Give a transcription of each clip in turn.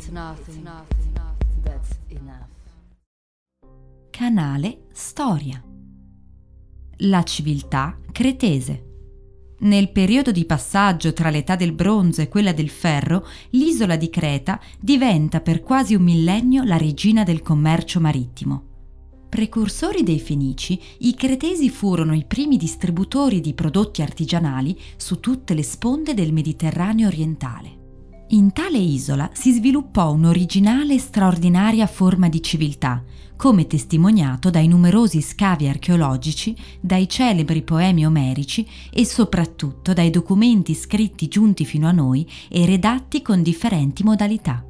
That's enough. Canale Storia. La civiltà cretese. Nel periodo di passaggio tra l'età del bronzo e quella del ferro, l'isola di Creta diventa per quasi un millennio la regina del commercio marittimo. Precursori dei Fenici, i cretesi furono i primi distributori di prodotti artigianali su tutte le sponde del Mediterraneo orientale. In tale isola si sviluppò un'originale e straordinaria forma di civiltà, come testimoniato dai numerosi scavi archeologici, dai celebri poemi omerici e soprattutto dai documenti scritti giunti fino a noi e redatti con differenti modalità.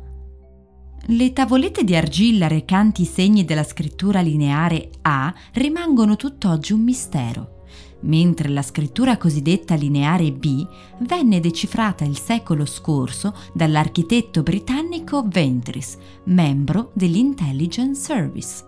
Le tavolette di argilla recanti i segni della scrittura lineare A rimangono tutt'oggi un mistero, mentre la scrittura cosiddetta lineare B venne decifrata il secolo scorso dall'architetto britannico Ventris, membro dell'Intelligence Service.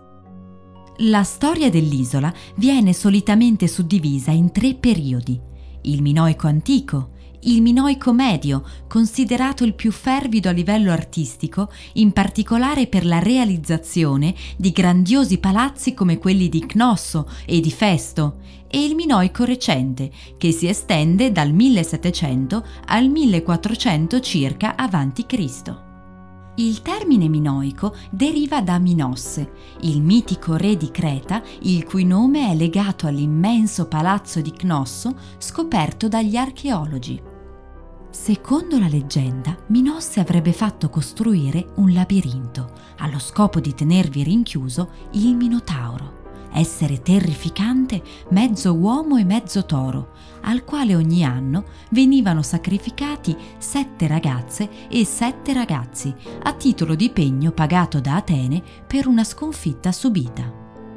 La storia dell'isola viene solitamente suddivisa in 3 periodi: il Minoico antico, il Minoico medio, considerato il più fervido a livello artistico, in particolare per la realizzazione di grandiosi palazzi come quelli di Cnosso e di Festo, e il Minoico recente, che si estende dal 1700 al 1400 circa a.C. Il termine minoico deriva da Minosse, il mitico re di Creta, il cui nome è legato all'immenso palazzo di Cnosso scoperto dagli archeologi. Secondo la leggenda, Minosse avrebbe fatto costruire un labirinto allo scopo di tenervi rinchiuso il Minotauro, essere terrificante mezzo uomo e mezzo toro, al quale ogni anno venivano sacrificati 7 ragazze e 7 ragazzi a titolo di pegno pagato da Atene per una sconfitta subita.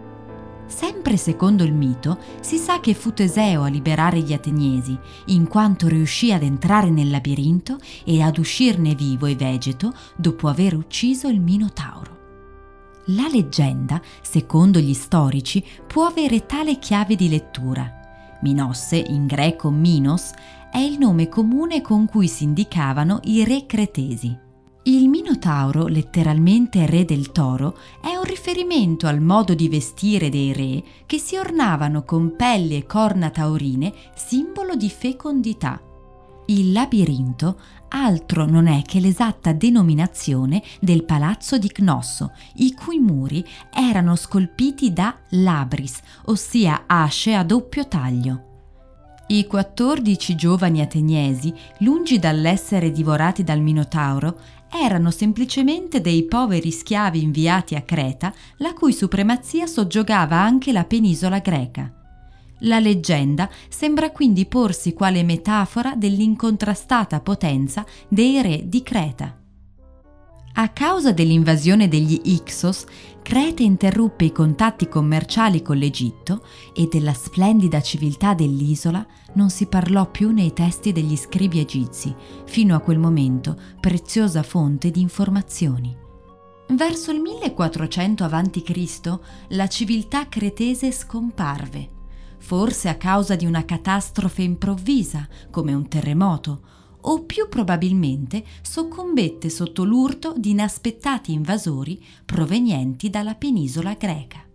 Sempre secondo il mito, si sa che fu Teseo a liberare gli ateniesi, in quanto riuscì ad entrare nel labirinto e ad uscirne vivo e vegeto dopo aver ucciso il Minotauro. La leggenda, secondo gli storici, può avere tale chiave di lettura. Minosse, in greco Minos, è il nome comune con cui si indicavano i re cretesi. Il Minotauro, letteralmente re del toro, è un riferimento al modo di vestire dei re che si ornavano con pelli e corna taurine, simbolo di fecondità. Il labirinto altro non è che l'esatta denominazione del palazzo di Cnosso, i cui muri erano scolpiti da labris, ossia asce a doppio taglio. I 14 giovani ateniesi, lungi dall'essere divorati dal Minotauro, erano semplicemente dei poveri schiavi inviati a Creta, la cui supremazia soggiogava anche la penisola greca. La leggenda sembra quindi porsi quale metafora dell'incontrastata potenza dei re di Creta. A causa dell'invasione degli Ixos, Creta interruppe i contatti commerciali con l'Egitto e della splendida civiltà dell'isola non si parlò più nei testi degli scribi egizi, fino a quel momento preziosa fonte di informazioni. Verso il 1400 a.C. la civiltà cretese scomparve, forse a causa di una catastrofe improvvisa, come un terremoto, o più probabilmente soccombette sotto l'urto di inaspettati invasori provenienti dalla penisola greca.